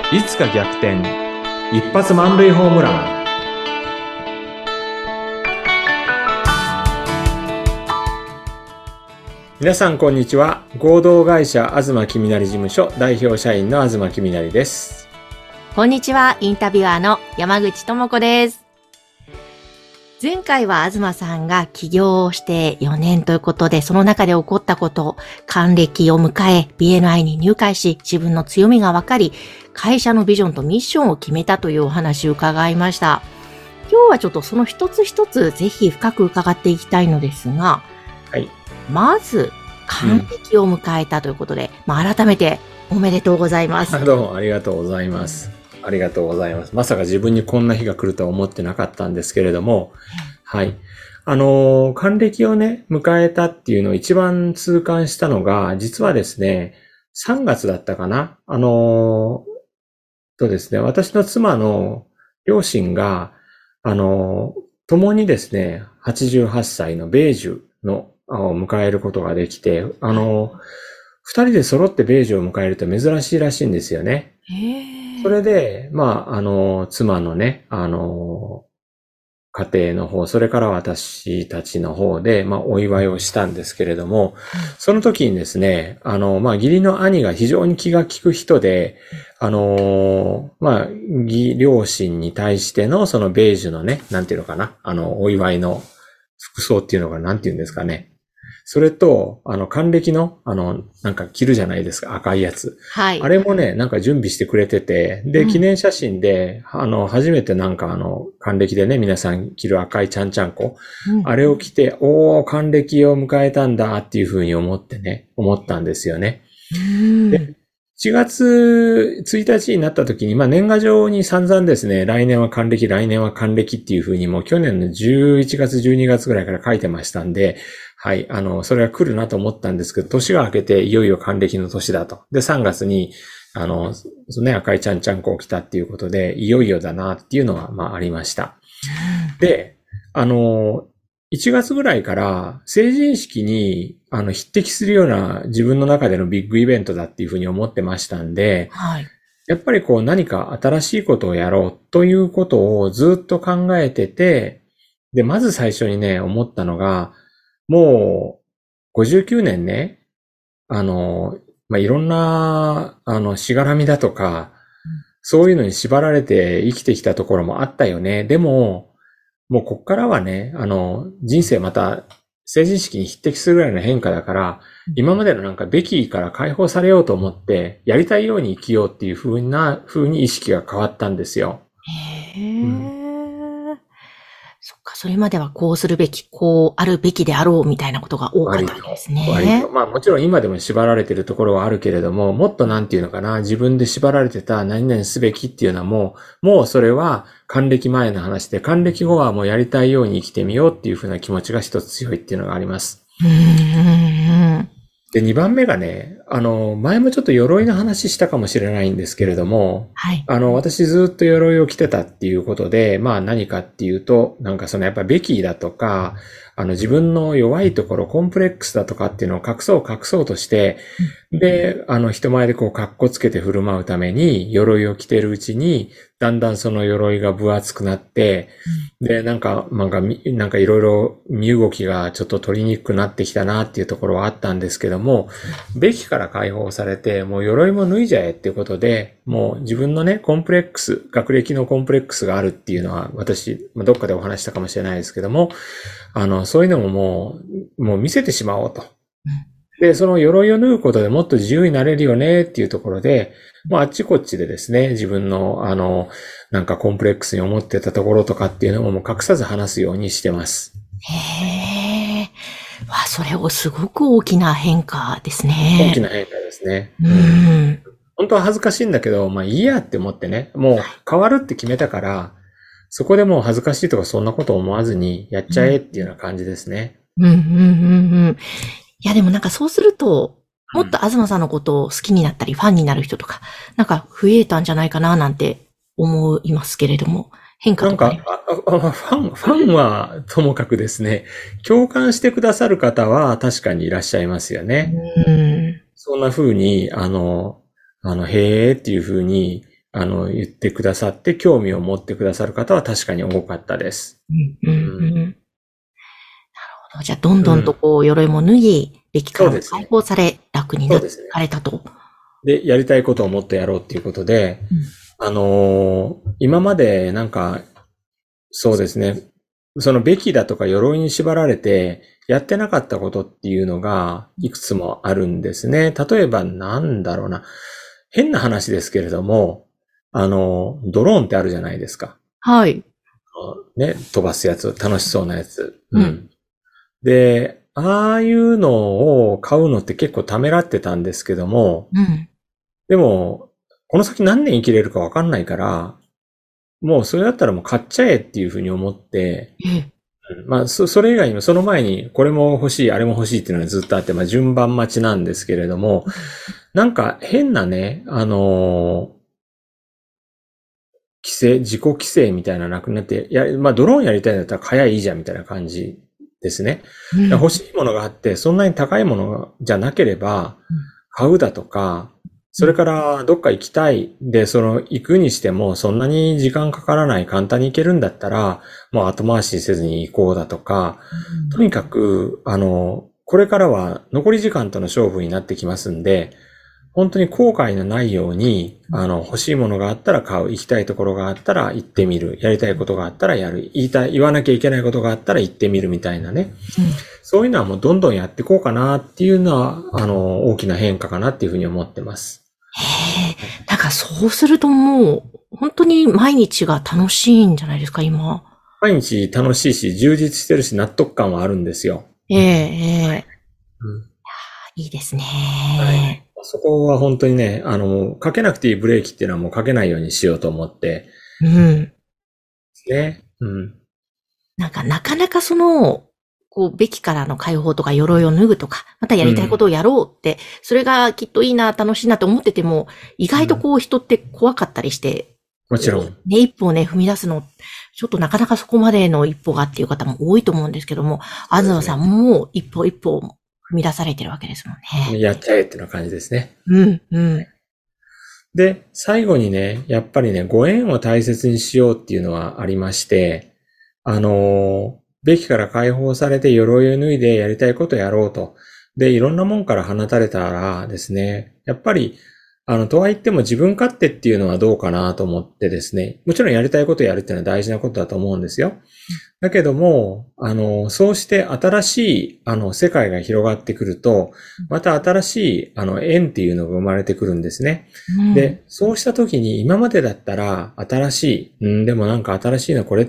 いつか逆転、一発満塁ホームラン。皆さんこんにちは。合同会社東きみなり事務所代表社員の東きみなりです。 こんにちは。インタビュアーの山口智子です。前回は東さんが起業をして4年ということで、その中で起こったこと、還暦を迎え、BNI に入会し、自分の強みが分かり、会社のビジョンとミッションを決めたというお話を伺いました。今日はちょっとその一つ一つぜひ深く伺っていきたいのですが、 はい。 まず、還暦を迎えたということで、改めておめでとうございます。 どうもありがとうございます。ありがとうございます。まさか自分にこんな日が来るとは思ってなかったんですけれども、はい。還暦をね、迎えたっていうのを一番痛感したのが、実はですね、3月だったかな。ですね、私の妻の両親が、共にですね、88歳の米寿のを迎えることができて、二人で揃って米寿を迎えると珍しいらしいんですよね。それで、妻のね、家庭の方、それから私たちの方で、お祝いをしたんですけれども、その時にですね、義理の兄が非常に気が利く人で、両親に対してのその米寿のね、なんていうのかな、お祝いの服装っていうのがなんていうんですかね。それと、還暦の、なんか着るじゃないですか、赤いやつ。 はい。 あれもね、なんか準備してくれてて、で、記念写真で、初めてなんか還暦でね、皆さん着る赤いちゃんちゃんこ、あれを着て、還暦を迎えたんだっていうふうに思ったんですよね。で、4月1日になった時に、年賀状に散々ですね、来年は還暦っていうふうにもう去年の11月、12月ぐらいから書いてましたんで、はい、それが来るなと思ったんですけど、年が明けていよいよ還暦の年だと。で、3月に、赤いちゃんちゃんこを着たっていうことで、いよいよだなっていうのは、ありました。で、1月ぐらいから成人式に匹敵するような自分の中でのビッグイベントだっていうふうに思ってましたんで、 はい。 やっぱり何か新しいことをやろうということをずっと考えてて、で、まず最初にね、思ったのが、もう59年ね、いろんな、しがらみだとか、そういうのに縛られて生きてきたところもあったよね。でも、もうこっからはね、人生また成人式に匹敵するぐらいの変化だから、今までのなんかべきから解放されようと思って、やりたいように生きようっていう風に意識が変わったんですよ。 そっか、それまではこうするべき、こうあるべきであろうみたいなことが多かったわけですね。 割と。もちろん今でも縛られてるところはあるけれども、もっとなんていうのかな、自分で縛られてた何々すべきっていうのはもうそれは還暦前の話で、還暦後はもうやりたいように生きてみようっていうふうな気持ちが一つ強いっていうのがあります。で、2番目がね、前もちょっと鎧の話したかもしれないんですけれども、 はい。 私ずっと鎧を着てたっていうことで、何かっていうと、なんかやっぱべきだとか、自分の弱いところ、コンプレックスだとかっていうのを隠そうとして、で、人前でこう、格好つけて振る舞うために、鎧を着てるうちに、だんだんその鎧が分厚くなって、で、なんかいろいろ身動きがちょっと取りにくくなってきたなっていうところはあったんですけども、べきから解放されて、もう鎧も脱いじゃえっていうことで、もう自分のね、コンプレックス、学歴のコンプレックスがあるっていうのは、私、どっかでお話したかもしれないですけども、そういうのももう見せてしまおうと。で、その鎧を脱ぐことでもっと自由になれるよねっていうところで、あっちこっちでですね、自分の、なんかコンプレックスに思ってたところとかっていうのももう隠さず話すようにしてます。 へえ。それをすごく大きな変化ですね。 大きな変化ですね。本当は恥ずかしいんだけど、いいやって思ってね、もう変わるって決めたから、そこでもう恥ずかしいとかそんなこと思わずにやっちゃえっていうような感じですね。 いやでもなんかそうすると、もっと東さんのことを好きになったりファンになる人とか、なんか増えたんじゃないかななんて思いますけれども、変化とかありますか？ ファンはともかくですね、共感してくださる方は確かにいらっしゃいますよね。そんな風に、へーっていう風に、 言ってくださって、興味を持ってくださる方は確かに多かったです。 なるほど。じゃあ、どんどんと鎧も脱ぎ、べきから解放され、楽になれたと。 で、やりたいことをもっとやろうっていうことで、今までそうですね、そのべきだとか鎧に縛られて、やってなかったことっていうのがいくつもあるんですね。例えば変な話ですけれども、ドローンってあるじゃないですか。 はい。 ね、飛ばすやつ、楽しそうなやつ。で、ああいうのを買うのって結構ためらってたんですけども、でも、この先何年生きれるかわかんないから、もうそれだったらもう買っちゃえっていうふうに思って、それ以外にもその前にこれも欲しい、あれも欲しいっていうのがずっとあって、順番待ちなんですけれども、変なね、自己規制みたいななくなって、ドローンやりたいんだったら買えばいいじゃんみたいな感じですね。欲しいものがあって、そんなに高いものじゃなければ、買うだとか、それからどっか行きたい。で、行くにしてもそんなに時間かからない、簡単に行けるんだったら、もう後回しせずに行こうだとか、とにかく、これからは残り時間との勝負になってきますんで、本当に後悔のないように、欲しいものがあったら買う、行きたいところがあったら行ってみる、やりたいことがあったらやる、言わなきゃいけないことがあったら言ってみるみたいなね。そういうのはもうどんどんやっていこうかなっていうのは、大きな変化かなっていうふうに思ってます。 そうするともう、本当に毎日が楽しいんじゃないですか、今。 毎日楽しいし、充実してるし、納得感はあるんですよ。 いいですね。 そこは本当にね、かけなくていいブレーキっていうのはもうかけないようにしようと思って。ね。 なかなかべきからの解放とか鎧を脱ぐとか、またやりたいことをやろうって、それがきっといいな、楽しいなと思ってても、意外と人って怖かったりして、 もちろん。 一歩をね、踏み出すの、ちょっとなかなかそこまでの一歩がっていう方も多いと思うんですけども、東さんも一歩一歩踏み出されてるわけですもんね。 やっちゃえっていう感じですね。で、最後にね、やっぱりね、ご縁を大切にしようっていうのはありまして、べきから解放されて鎧を脱いでやりたいことをやろうと。で、いろんなもんから放たれたらですね、やっぱり、とは言っても自分勝手っていうのはどうかなと思ってですね、もちろんやりたいことをやるっていうのは大事なことだと思うんですよ。だけども、そうして新しい、世界が広がってくると、また新しい、縁っていうのが生まれてくるんですね。で、そうした時に今までだったら新しい、でも新しいのこれって、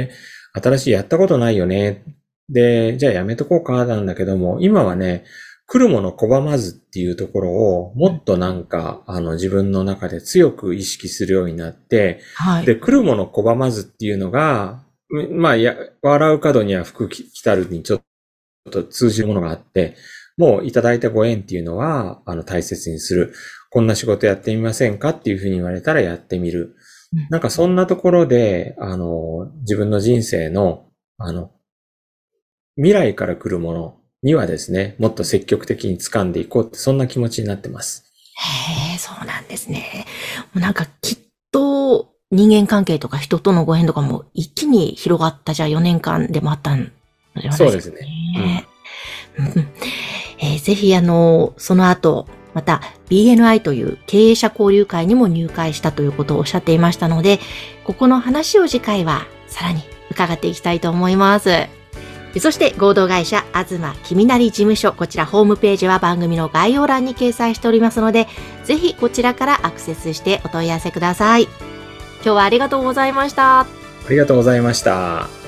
新しいやったことないよね。で、じゃあやめとこうかなんだけども、今はね、来るもの拒まずっていうところをもっと自分の中で強く意識するようになって、で、来るもの拒まずっていうのが、笑う角には福来たるにちょっと通じるものがあって、もういただいたご縁っていうのは、大切にする。こんな仕事やってみませんかっていうふうに言われたらやってみる。そんなところで、自分の人生の、未来から来るものにはですね、もっと積極的に掴んでいこうって、そんな気持ちになってます。 そうなんですね。きっと、人間関係とか人とのご縁とかも一気に広がった4年間でもあったんじゃないですかね。 そうですね。 ぜひその後、また BNI という経営者交流会にも入会したということをおっしゃっていましたので、ここの話を次回はさらに伺っていきたいと思います。そして合同会社東君成事務所、こちらホームページは番組の概要欄に掲載しておりますので、ぜひこちらからアクセスしてお問い合わせください。今日はありがとうございました。 ありがとうございました。